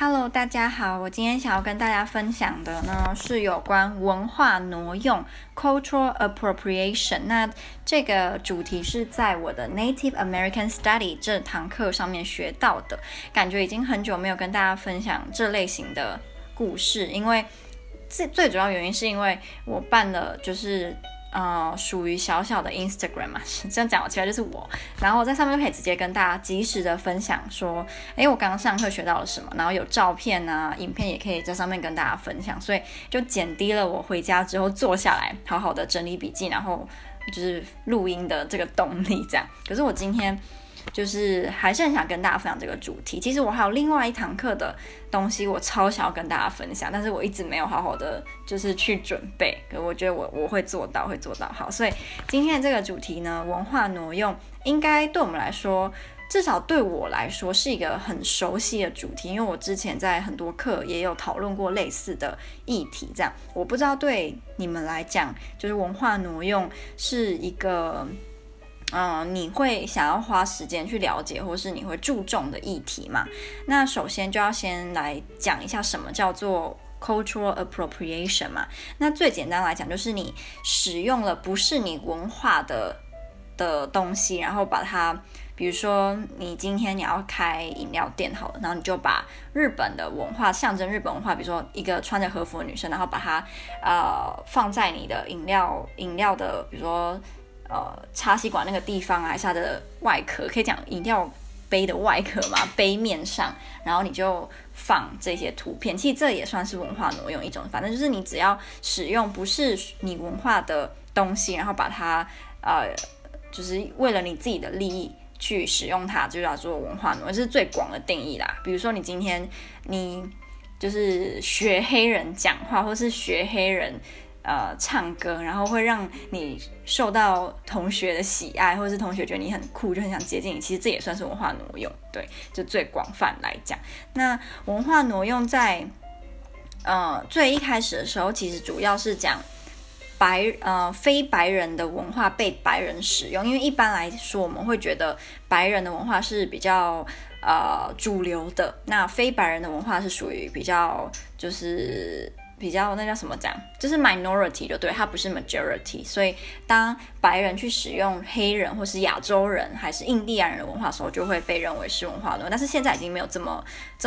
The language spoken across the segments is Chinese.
Hello， 大家好，我今天想要跟大家分享的呢是有关文化挪用 （cultural appropriation）。那这个主题是在我的 Native American Study 这堂课上面学到的，感觉已经很久没有跟大家分享这类型的故事，因为最主要原因是因为我办了属于小小的 Instagram 嘛，这样讲起来就是我，然后在上面就可以直接跟大家及时的分享说，我刚刚上课学到了什么，然后有照片啊、影片也可以在上面跟大家分享，所以就减低了我回家之后坐下来好好的整理笔记，然后就是录音的这个动力这样。可是我今天就是还是很想跟大家分享这个主题。其实我还有另外一堂课的东西，我超想要跟大家分享，但是我一直没有好好的就是去准备。可我觉得我会做到好。所以今天的这个主题呢，文化挪用，应该对我们来说，至少对我来说是一个很熟悉的主题，因为我之前在很多课也有讨论过类似的议题。这样，我不知道对你们来讲，就是文化挪用是一个你会想要花时间去了解，或是你会注重的议题嘛？那首先就要先来讲一下什么叫做 cultural appropriation 嘛。那最简单来讲，就是你使用了不是你文化的东西，然后把它，比如说你今天你要开饮料店好了，然后你就把日本的文化，象征日本文化，比如说一个穿着和服的女生，然后把它放在你的饮料的，比如说插吸管那个地方啊，还是它的外壳，可以讲饮料杯的外壳嘛，杯面上，然后你就放这些图片。其实这也算是文化挪用一种，反正就是你只要使用不是你文化的东西，然后把它就是为了你自己的利益去使用它，就叫做文化挪用，这是最广的定义啦。比如说你今天你就是学黑人讲话，或是学黑人唱歌，然后会让你受到同学的喜爱，或者是同学觉得你很酷，就很想接近你，其实这也算是文化挪用。对，就最广泛来讲。那文化挪用在最一开始的时候，其实主要是讲非白人的文化被白人使用，因为一般来说我们会觉得白人的文化是比较主流的，那非白人的文化是属于比较那叫什么讲，就是 minority 就对，它不是 majority。 所以当白人去使用黑人或是亚洲人还是印第安人的文化的时候，就会被认为是文化挪用。但是现在已经没有这么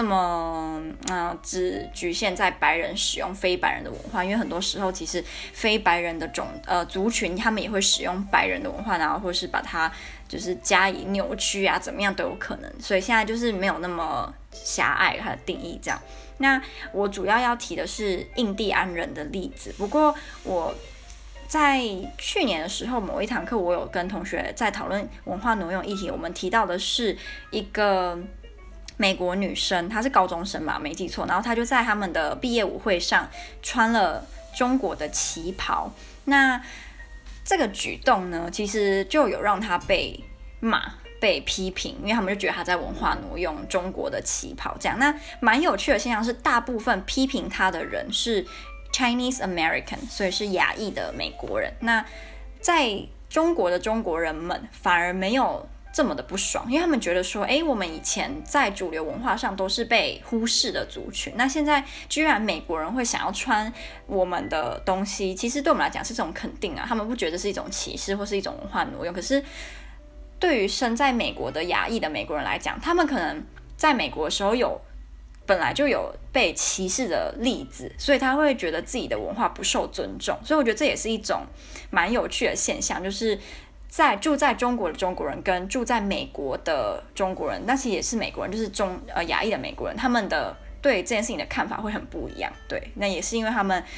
只局限在白人使用非白人的文化，因为很多时候其实非白人的族群他们也会使用白人的文化，然后或是把它就是加以扭曲啊，怎么样都有可能。所以现在就是没有那么狭隘它的定义这样。那我主要提的是印第安人的例子，不过我在去年的时候某一堂课，我有跟同学在讨论文化挪用议题，我们提到的是一个美国女生，她是高中生嘛，没记错，然后她就在他们的毕业舞会上穿了中国的旗袍。那这个举动呢，其实就有让她被批评，因为他们就觉得他在文化挪用中国的旗袍这样。那蛮有趣的现象是，大部分批评他的人是 Chinese American， 所以是亚裔的美国人。那在中国的中国人们反而没有这么的不爽，因为他们觉得说，我们以前在主流文化上都是被忽视的族群，那现在居然美国人会想要穿我们的东西，其实对我们来讲是这种肯定啊，他们不觉得是一种歧视或是一种文化挪用。可是对于身在美国的亚裔的美国人来讲，他们可能在美国的时候本来就有被歧视的例子，所以他会觉得自己的文化不受尊重。所以我觉得这也是一种蛮有趣的现象，就是住在中国的中国人跟住在美国的中国人，那其实也是美国人，就是亚裔的美国人，他们的对这件事情的看法会很不一样。对，那也是因为他们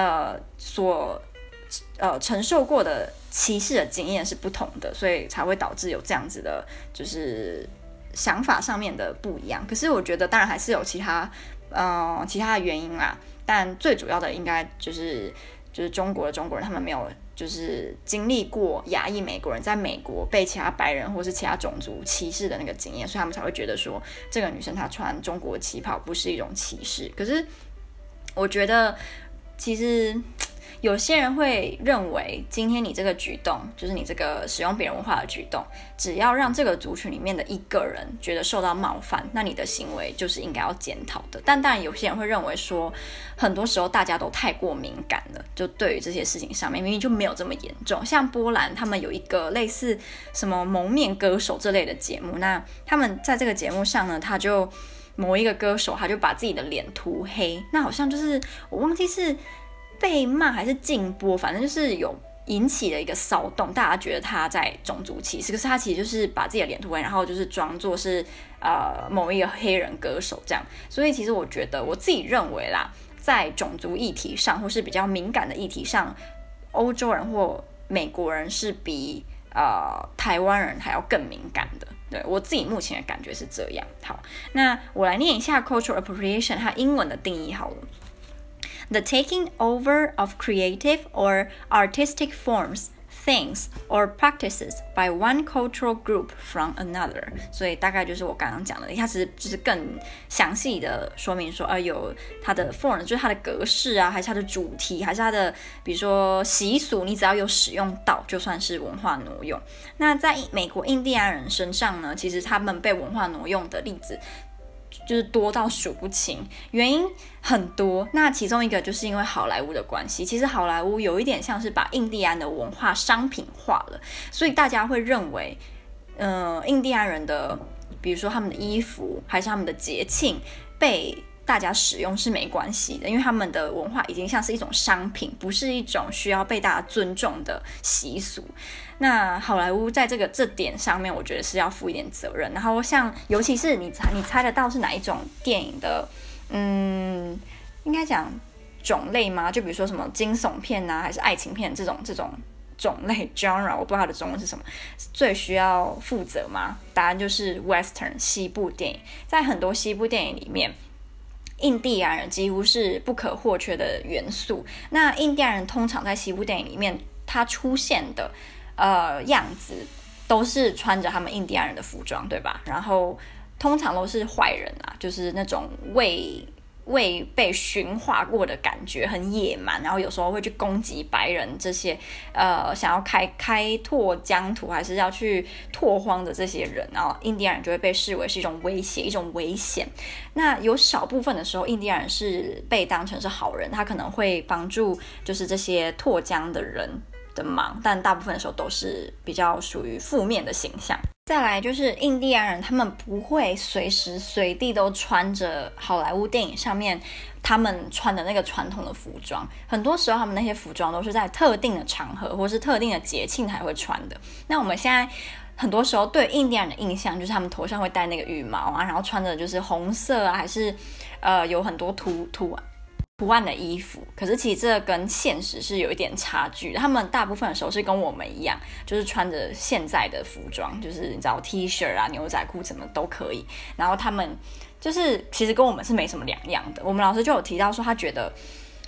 承受过的歧视的经验是不同的，所以才会导致有这样子的就是想法上面的不一样。可是我觉得当然还是有其他的原因啦，但最主要的应该就是中国的中国人他们没有就是经历过亚裔美国人在美国被其他白人或是其他种族歧视的那个经验，所以他们才会觉得说这个女生她穿中国旗袍不是一种歧视。可是我觉得其实有些人会认为今天你这个举动，就是你这个使用别人文化的举动，只要让这个族群里面的一个人觉得受到冒犯，那你的行为就是应该要检讨的。但当然有些人会认为说，很多时候大家都太过敏感了，就对于这些事情上面明明就没有这么严重。像波兰他们有一个类似什么蒙面歌手这类的节目，那他们在这个节目上呢，他就某一个歌手他就把自己的脸涂黑，那好像就是我忘记是被骂还是禁播，反正就是有引起了一个骚动，大家觉得他在种族歧视，可是他其实就是把自己的脸涂黑，然后就是装作是某一个黑人歌手这样。所以其实我觉得我自己认为啦，在种族议题上或是比较敏感的议题上，欧洲人或美国人是比台湾人还要更敏感的。对，我自己目前的感觉是这样。好，那我来念一下 cultural appropriation 它英文的定义好了。The taking over of creative or artistic forms, things, or practices by one cultural group from another. 所以大概就是我刚刚讲的，它其实就是更详细的说明说，有它的 form， 就是它的格式啊，还是它的主题，还是它的比如说习俗，你只要有使用到，就算是文化挪用。那在美国印第安人身上呢，其实他们被文化挪用的例子就是多到数不清，原因很多。那其中一个就是因为好莱坞的关系，其实好莱坞有一点像是把印第安的文化商品化了，所以大家会认为，印第安人的，比如说他们的衣服还是他们的节庆被大家使用是没关系的，因为他们的文化已经像是一种商品，不是一种需要被大家尊重的习俗。那好莱坞在这点上面，我觉得是要负一点责任。然后像尤其是你猜得到是哪一种电影的，应该讲种类吗？就比如说什么惊悚片啊，还是爱情片这种种类 genre， 我不知道它的中文是什么，最需要负责吗？答案就是 western 西部电影。在很多西部电影里面，印第安人几乎是不可或缺的元素。那印第安人通常在西部电影里面，他出现的样子都是穿着他们印第安人的服装，对吧？然后通常都是坏人啊，就是那种未被驯化过的感觉，很野蛮，然后有时候会去攻击白人这些想要开拓疆土还是要去拓荒的这些人，然后印第安人就会被视为是一种威胁，一种危险。那有少部分的时候，印第安人是被当成是好人，他可能会帮助就是这些拓疆的人的忙，但大部分的时候都是比较属于负面的形象。再来就是印第安人，他们不会随时随地都穿着好莱坞电影上面他们穿的那个传统的服装，很多时候他们那些服装都是在特定的场合或是特定的节庆才会穿的。那我们现在很多时候对印第安人的印象就是他们头上会戴那个羽毛啊，然后穿的就是红色啊，还是有很多图案的衣服，可是其实这跟现实是有一点差距的。他们大部分的时候是跟我们一样，就是穿着现在的服装，就是你知道 T 恤啊、牛仔裤什么都可以。然后他们就是其实跟我们是没什么两样的。我们老师就有提到说，他觉得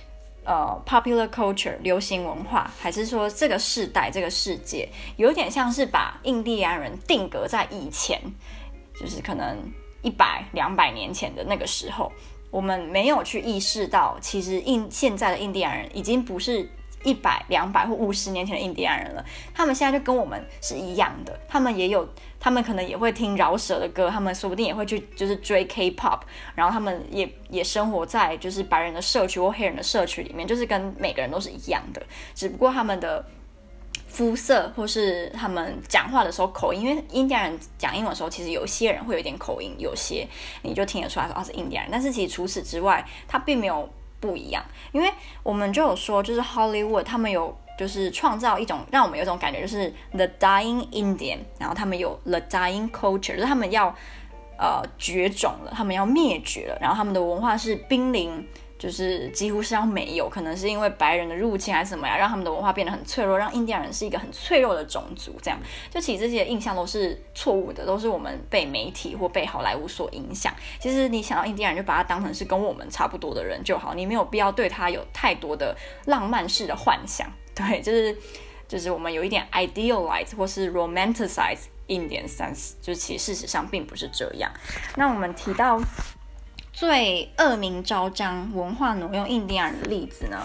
popular culture 流行文化，还是说这个世代这个世界，有点像是把印第安人定格在以前，就是可能100-200年前的那个时候。我们没有去意识到，其实现在的印第安人已经不是100、200或50年前的印第安人了。他们现在就跟我们是一样的，他们可能也会听饶舌的歌，他们说不定也会去就是追 K-pop， 然后他们也生活在就是白人的社区或黑人的社区里面，就是跟每个人都是一样的，只不过他们的肤色或是他们讲话的时候口音，因为印第安人讲英文的时候，其实有些人会有一点口音，有些你就听得出来说他是印第安人，但是其实除此之外，他并没有不一样。因为我们就有说，就是 Hollywood 他们有就是创造一种让我们有一种感觉，就是 The Dying Indian， 然后他们有 The Dying Culture， 就是他们要绝种了，他们要灭绝了，然后他们的文化是濒临。就是几乎是要没有，可能是因为白人的入侵还是什么呀，让他们的文化变得很脆弱，让印第安人是一个很脆弱的种族，这样就其实这些印象都是错误的，都是我们被媒体或被好莱坞所影响。其实你想到印第安人，就把他当成是跟我们差不多的人就好，你没有必要对他有太多的浪漫式的幻想。对，就是我们有一点 idealize 或是 romanticize Indian sense， 就是其实事实上并不是这样。那我们提到最恶名昭彰文化挪用印第安人的例子呢，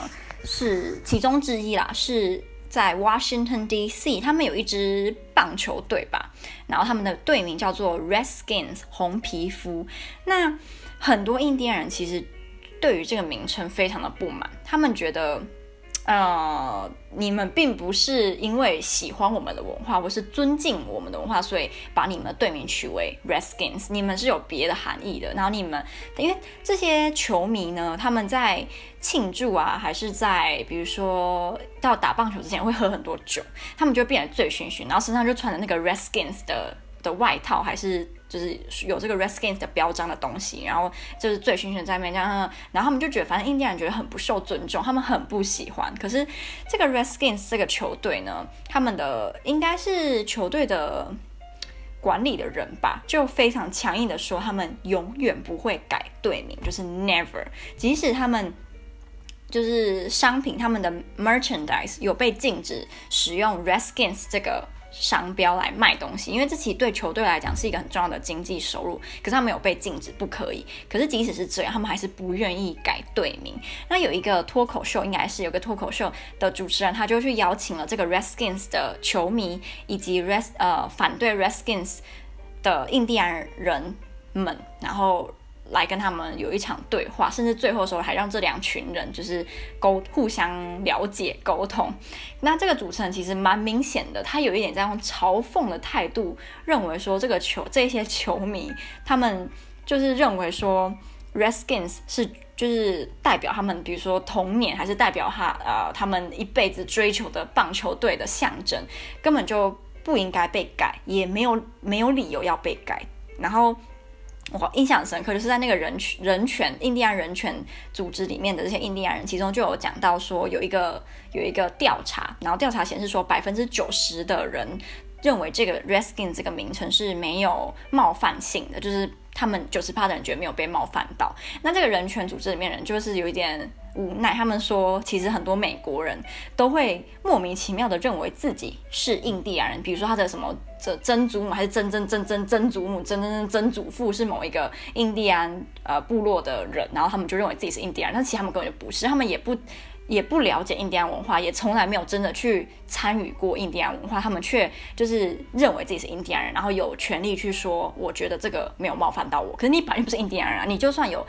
是其中之一啦，是在 Washington D.C. 他们有一支棒球队吧，然后他们的队名叫做 Redskins 红皮肤。那很多印第安人其实对于这个名称非常的不满，他们觉得你们并不是因为喜欢我们的文化或是尊敬我们的文化，所以把你们的队名取为 Redskins， 你们是有别的含义的。然后你们因为这些球迷呢，他们在庆祝啊，还是在比如说到打棒球之前会喝很多酒，他们就会变得醉醺醺，然后身上就穿着那个 Redskins 的外套，还是就是有这个 Redskins 的标章的东西，然后就是醉醺醺在那边这样，然后他们就觉得反正印第安人觉得很不受尊重，他们很不喜欢。可是这个 Redskins 这个球队呢，他们的应该是球队的管理的人吧，就非常强硬的说他们永远不会改队名，就是 never， 即使他们就是商品，他们的 merchandise 有被禁止使用 Redskins 这个商标来卖东西，因为这其实对球队来讲是一个很重要的经济收入，可是他们有被禁止不可以。可是即使是这样，他们还是不愿意改队名。那有一个脱口秀，应该是有个脱口秀的主持人，他就去邀请了这个 Redskins 的球迷以及反对 Redskins 的印第安人们，然后来跟他们有一场对话，甚至最后的时候还让这两群人就是互相了解沟通。那这个主持人其实蛮明显的，他有一点在用嘲讽的态度，认为说这些球迷他们就是认为说 Redskins 是就是代表他们比如说童年，还是代表他们一辈子追求的棒球队的象征，根本就不应该被改，也没有理由要被改。然后我印象很深刻，就是在那个印第安人权组织里面的这些印第安人，其中就有讲到说有一个调查，然后调查显示说90%的人认为这个 Redskins 这个名称是没有冒犯性的，就是他们90%的人觉得没有被冒犯到。那这个人权组织里面的人就是有一点无奈，他们说其实很多美国人都会莫名其妙的认为自己是印第安人，比如说他的什么曾祖母还是曾祖母曾祖父是某一个印第安部落的人，然后他们就认为自己是印第安人，但其实他们根本就不是，他们也不了解印第安文化，也从来没有真的去参与过印第安文化，他们却就是认为自己是印第安人，然后有权利去说我觉得这个没有冒犯到我。可是你本来就不是印第安人啊，你就算有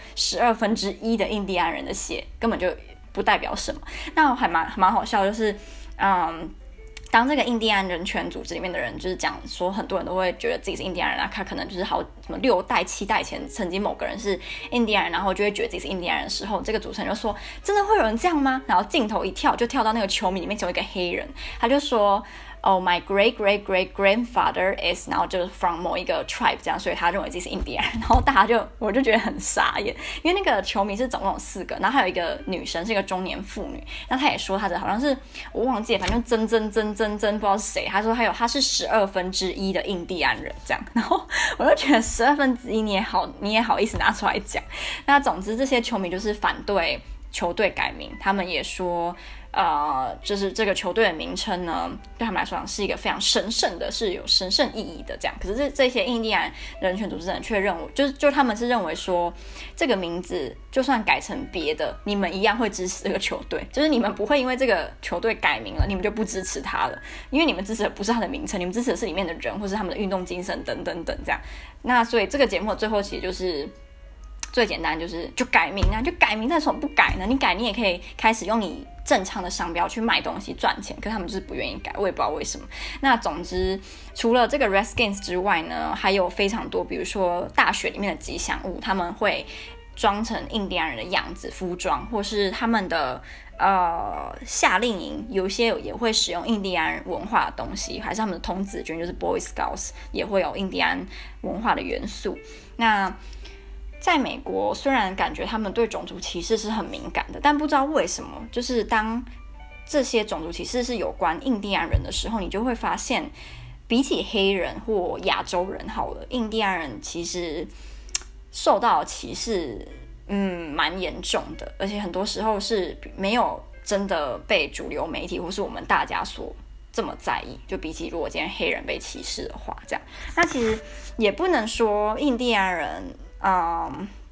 1/12的印第安人的血，根本就不代表什么。那还蛮好笑，就是当这个印第安人权组织里面的人就是讲说，很多人都会觉得自己是印第安人啊，他可能就是什么6代7代前曾经某个人是印第安人，然后就会觉得自己是印第安人的时候，这个主持人就说真的会有人这样吗？然后镜头一跳就跳到那个球迷里面，有一个黑人，他就说Oh, my great grandfather is， 然后就是 from 某一个 tribe 这样，所以他认为自己是印第安人，然后我就觉得很傻眼，因为那个球迷是总共有4个，然后还有一个女生是一个中年妇女，那她也说她的好像是我忘记了，反正曾不知道是谁，她说她是1/12的印第安人这样，然后我就觉得1/12你也好意思拿出来讲。那总之这些球迷就是反对球队改名，他们也说就是这个球队的名称呢，对他们来说是一个非常神圣的，是有神圣意义的这样。可是这些印第安人权组织人却认为，就他们是认为说，这个名字就算改成别的，你们一样会支持这个球队，就是你们不会因为这个球队改名了，你们就不支持他了，因为你们支持的不是他的名称，你们支持的是里面的人，或是他们的运动精神等等等这样。那所以这个节目的最后其实就是最简单，就改名啊，就改名，为什么不改呢？你改，你也可以开始用你正常的商标去卖东西赚钱，可是他们就是不愿意改，我也不知道为什么。那总之，除了这个 Redskins 之外呢，还有非常多，比如说大学里面的吉祥物，他们会装成印第安人的样子服装，或是他们的夏令营有些也会使用印第安文化的东西，还是他们的童子军就是 Boy Scouts 也会有印第安文化的元素。那在美国，虽然感觉他们对种族歧视是很敏感的，但不知道为什么，就是当这些种族歧视是有关印第安人的时候，你就会发现，比起黑人或亚洲人好了，印第安人其实受到歧视蛮严重的，而且很多时候是没有真的被主流媒体或是我们大家所这么在意，就比起如果今天黑人被歧视的话，这样，那其实也不能说印第安人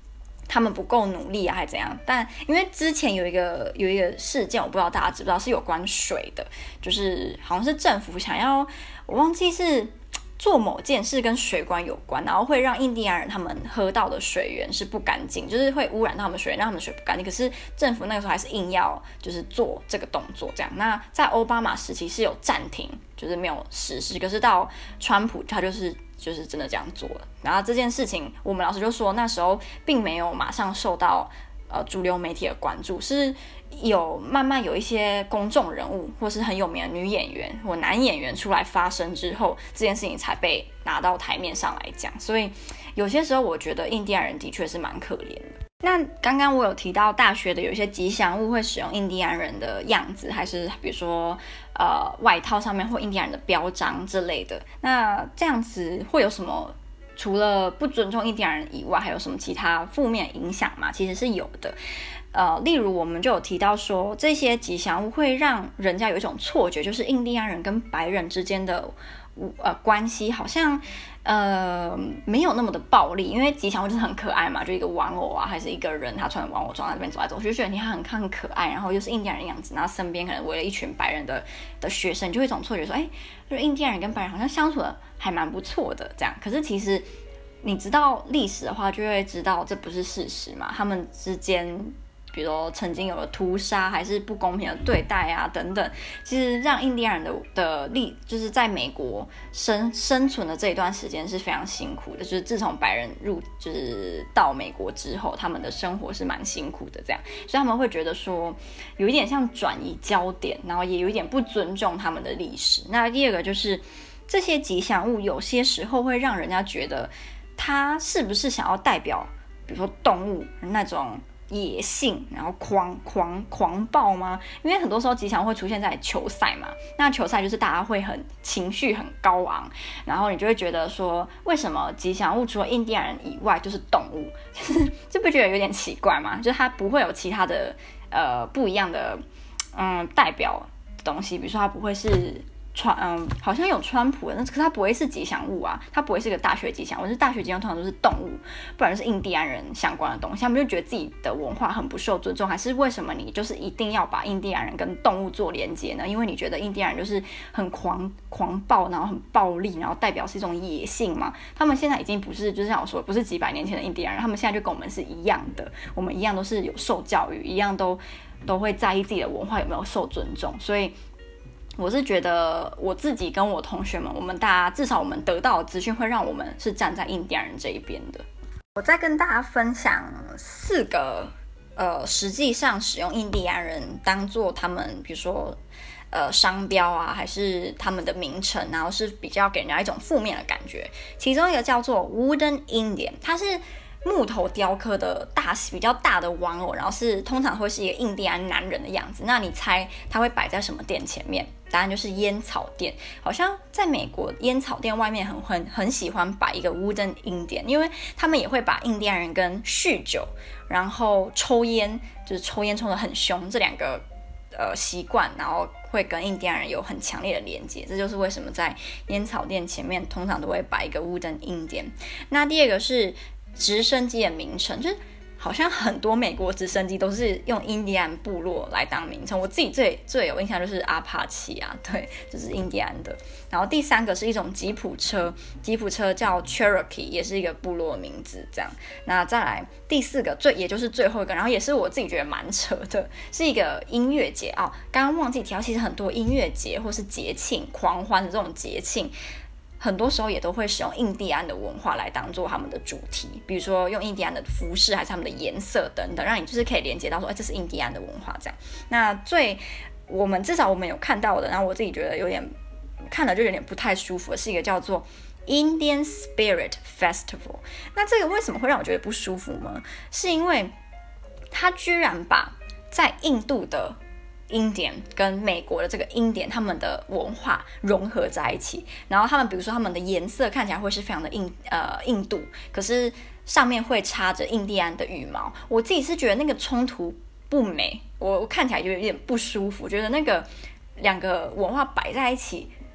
他们不够努力啊，还怎样？但因为之前有一个事件，我不知道大家知不知道，是有关水的，就是好像是政府想要，我忘记是做某件事跟水管有关，然后会让印第安人他们喝到的水源是不干净，就是会污染到他们水源，让他们水不干净。可是政府那个时候还是硬要就是做这个动作，这样。那在奥巴马时期是有暂停，就是没有实施，可是到川普他就是真的这样做了。然后这件事情，我们老师就说那时候并没有马上受到主流媒体的关注，是有慢慢有一些公众人物或是很有名的女演员或男演员出来发声之后，这件事情才被拿到台面上来讲。所以有些时候我觉得印第安人的确是蛮可怜的。那刚刚我有提到大学的有一些吉祥物会使用印第安人的样子，还是比如说外套上面或印第安人的标章之类的，那这样子会有什么？除了不尊重印第安人以外，还有什么其他负面影响吗？其实是有的。例如我们就有提到说，这些吉祥物会让人家有一种错觉，就是印第安人跟白人之间的关系好像没有那么的暴力，因为吉祥物就是很可爱嘛，就一个玩偶啊，还是一个人他穿着玩偶装在那边走来走去，就觉得你很可爱，然后又是印第安人的样子，然后身边可能围了一群白人的学生，就会有一种错觉说，就是印第安人跟白人好像相处的还蛮不错的这样。可是其实你知道历史的话，就会知道这不是事实嘛，他们之间比如说曾经有了屠杀，还是不公平的对待啊等等，其实让印第安人的就是在美国生存的这一段时间是非常辛苦的，就是自从白人就是到美国之后，他们的生活是蛮辛苦的这样，所以他们会觉得说有一点像转移焦点，然后也有一点不尊重他们的历史。那第二个就是这些吉祥物有些时候会让人家觉得它是不是想要代表比如说动物那种野性，然后狂暴吗？因为很多时候吉祥会出现在球赛嘛，那球赛就是大家会很情绪很高昂，然后你就会觉得说，为什么吉祥物除了印第安人以外就是动物？这不觉得有点奇怪吗？就是它不会有其他的不一样的代表的东西，比如说它不会是好像有川普的，可是它不会是吉祥物啊，它不会是个大学吉祥物，是大学吉祥物通常都是动物，不然就是印第安人相关的东西，他们就觉得自己的文化很不受尊重，还是为什么你就是一定要把印第安人跟动物做连接呢？因为你觉得印第安人就是很狂暴，然后很暴力，然后代表是一种野性嘛？他们现在已经不是，就是像我说，不是几百年前的印第安人，他们现在就跟我们是一样的，我们一样都是有受教育，一样都会在意自己的文化有没有受尊重，所以我是觉得我自己跟我同学们，我们大家至少我们得到的资讯会让我们是站在印第安人这一边的。我再跟大家分享4个实际上使用印第安人当做他们比如说商标啊，还是他们的名称，然后是比较给人家一种负面的感觉。其中一个叫做 Wooden Indian， 它是木头雕刻的比较大的玩偶，然后通常会是一个印第安男人的样子。那你猜它会摆在什么店前面？答案就是烟草店。好像在美国烟草店外面很喜欢摆一个 Wooden Indian， 因为他们也会把印第安人跟酗酒然后抽烟，就是抽烟抽得很凶这2个习惯，然后会跟印第安人有很强烈的连接，这就是为什么在烟草店前面通常都会摆一个 Wooden Indian。 那第二个是直升机的名称，就是好像很多美国直升机都是用印第安部落来当名称，我自己最有印象就是阿帕奇啊，对，就是印第安的。然后第3个是一种吉普车叫 Cherokee， 也是一个部落的名字这样。那再来第4个也就是最后一个，然后也是我自己觉得蛮扯的，是一个音乐节啊。刚刚忘记提到，其实很多音乐节或是节庆狂欢的这种节庆，很多时候也都会使用印第安的文化来当做他们的主题，比如说用印第安的服饰还是他们的颜色等等，让你就是可以连接到说，这是印第安的文化这样。那至少我们有看到的，然后我自己觉得看了就有点不太舒服的是一个叫做 Indian Spirit Festival。 那这个为什么会让我觉得不舒服呢？是因为他居然把在印度的Indian 跟美国的这个Indian他们的文化融合在一起，然后他们比如说他们的颜色看起来会是非常的印度，可是上面会插着印第安的羽毛。我自己是觉得那个冲突不美，我看起来就有点不舒服，觉得那个2个文化摆在一起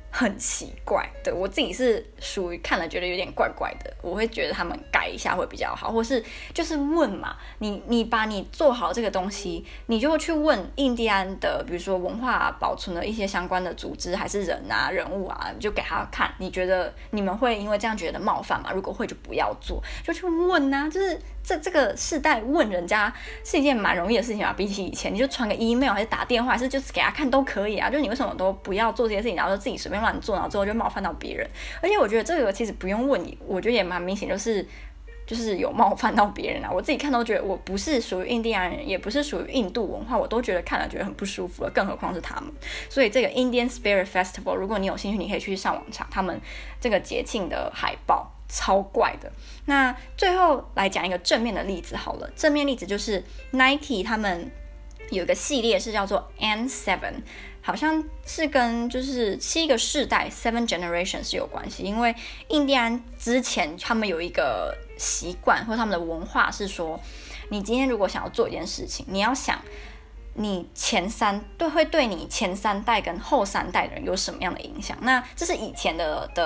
很奇怪。对，我自己是属于看了觉得有点怪怪的，我会觉得他们改一下会比较好，或是就是问嘛，你把你做好这个东西，你就去问印第安的，比如说文化保存的一些相关的组织还是人啊人物啊，你就给他看，你觉得你们会因为这样觉得冒犯吗？如果会就不要做，就去问啊，就是这个世代问人家是一件蛮容易的事情啊，比起以前你就传个 email 还是打电话还是就是给他看都可以啊，就是你为什么都不要做这些事情，然后就自己随便乱做，然后之后就冒犯到别人。而且我觉得这个其实不用问你，我觉得也蛮明显，就是有冒犯到别人啊。我自己看都觉得我不是属于印第安人，也不是属于印度文化，我都觉得看了觉得很不舒服了，更何况是他们。所以这个 Indian Spirit Festival 如果你有兴趣，你可以去上网查他们这个节庆的海报，超怪的。那最后来讲一个正面的例子好了，正面例子就是 Nike 他们有一个系列是叫做 N7，好像是跟就是7个世代 7 generation 是有关系，因为印第安之前他们有一个习惯或他们的文化是说，你今天如果想要做一件事情，你要想你会对你前3代跟后3代的人有什么样的影响。那这是以前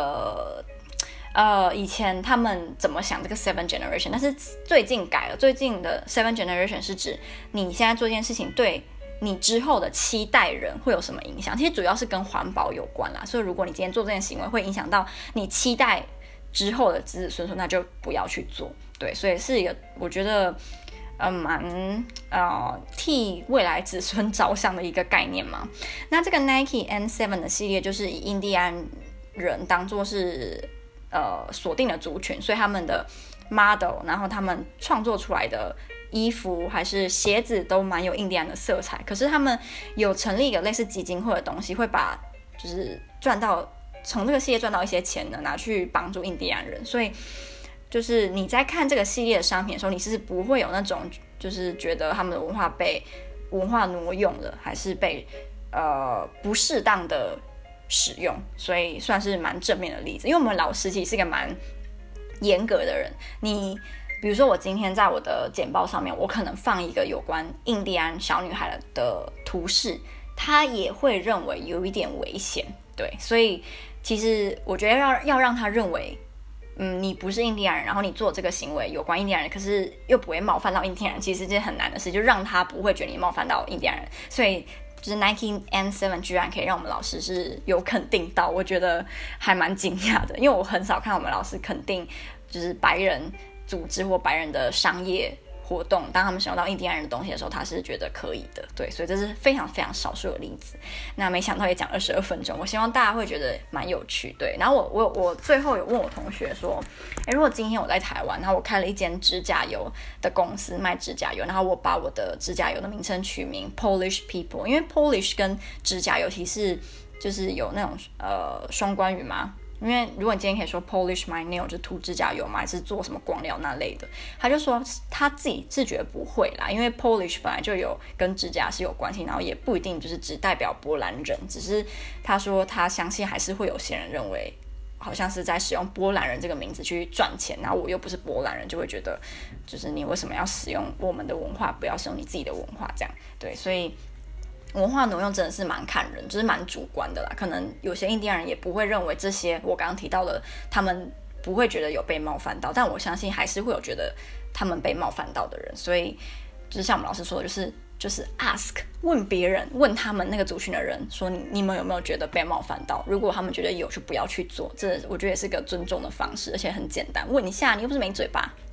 以前他们怎么想这个 7 generation， 但是最近改了，最近的7 generation 是指你现在做一件事情对你之后的7代人会有什么影响。其实主要是跟环保有关啦，所以如果你今天做这件行为会影响到你7代之后的子子孙孙，那就不要去做。对，所以是一个我觉得蛮替未来子孙着想的一个概念嘛。那这个 Nike N7 的系列就是以印第安人当作是锁定的族群，所以他们的 model， 然后他们创作出来的衣服还是鞋子都蛮有印第安的色彩。可是他们有成立一个类似基金会的东西，会把就是从这个系列赚到一些钱呢，拿去帮助印第安人。所以就是你在看这个系列的商品的时候，你是不会有那种就是觉得他们的文化被文化挪用了，还是被不适当的使用，所以算是蛮正面的例子。因为我们老师其实是一个蛮严格的人，你比如说我今天在我的简报上面，我可能放一个有关印第安小女孩的图示，他也会认为有一点危险。对，所以其实我觉得要让他认为你不是印第安人，然后你做这个行为有关印第安人，可是又不会冒犯到印第安人，其实是件很难的事，就让他不会觉得你冒犯到印第安人。所以就是 Nike N7 居然可以让我们老师是有肯定到，我觉得还蛮惊讶的，因为我很少看我们老师肯定就是白人组织或白人的商业活动，当他们使用到印第安人的东西的时候，他是觉得可以的。对，所以这是非常非常少数的例子。那没想到也讲22分钟，我希望大家会觉得蛮有趣。对，然后我最后有问我同学说，如果今天我在台湾，然后我开了一间指甲油的公司卖指甲油，然后我把我的指甲油的名称取名 Polish People， 因为 Polish 跟指甲油其实就是有那种双关语嘛。因为如果你今天可以说 polish my nail 就涂指甲油嘛，还是做什么光疗那类的，他就说他自己是觉得不会啦，因为 polish 本来就有跟指甲是有关系，然后也不一定就是只代表波兰人，只是他说他相信还是会有些人认为好像是在使用波兰人这个名字去赚钱，然后我又不是波兰人，就会觉得就是你为什么要使用我们的文化，不要使用你自己的文化这样。对，所以文化挪用真的是蛮看人，就是蛮主观的啦。可能有些印第安人也不会认为这些我刚刚提到的，他们不会觉得有被冒犯到，但我相信还是会有觉得他们被冒犯到的人。所以就是像我们老师说的，就是 ask 问别人，问他们那个族群的人说你们有没有觉得被冒犯到？如果他们觉得有，就不要去做。这我觉得也是个尊重的方式，而且很简单，问一下，你又不是没嘴巴。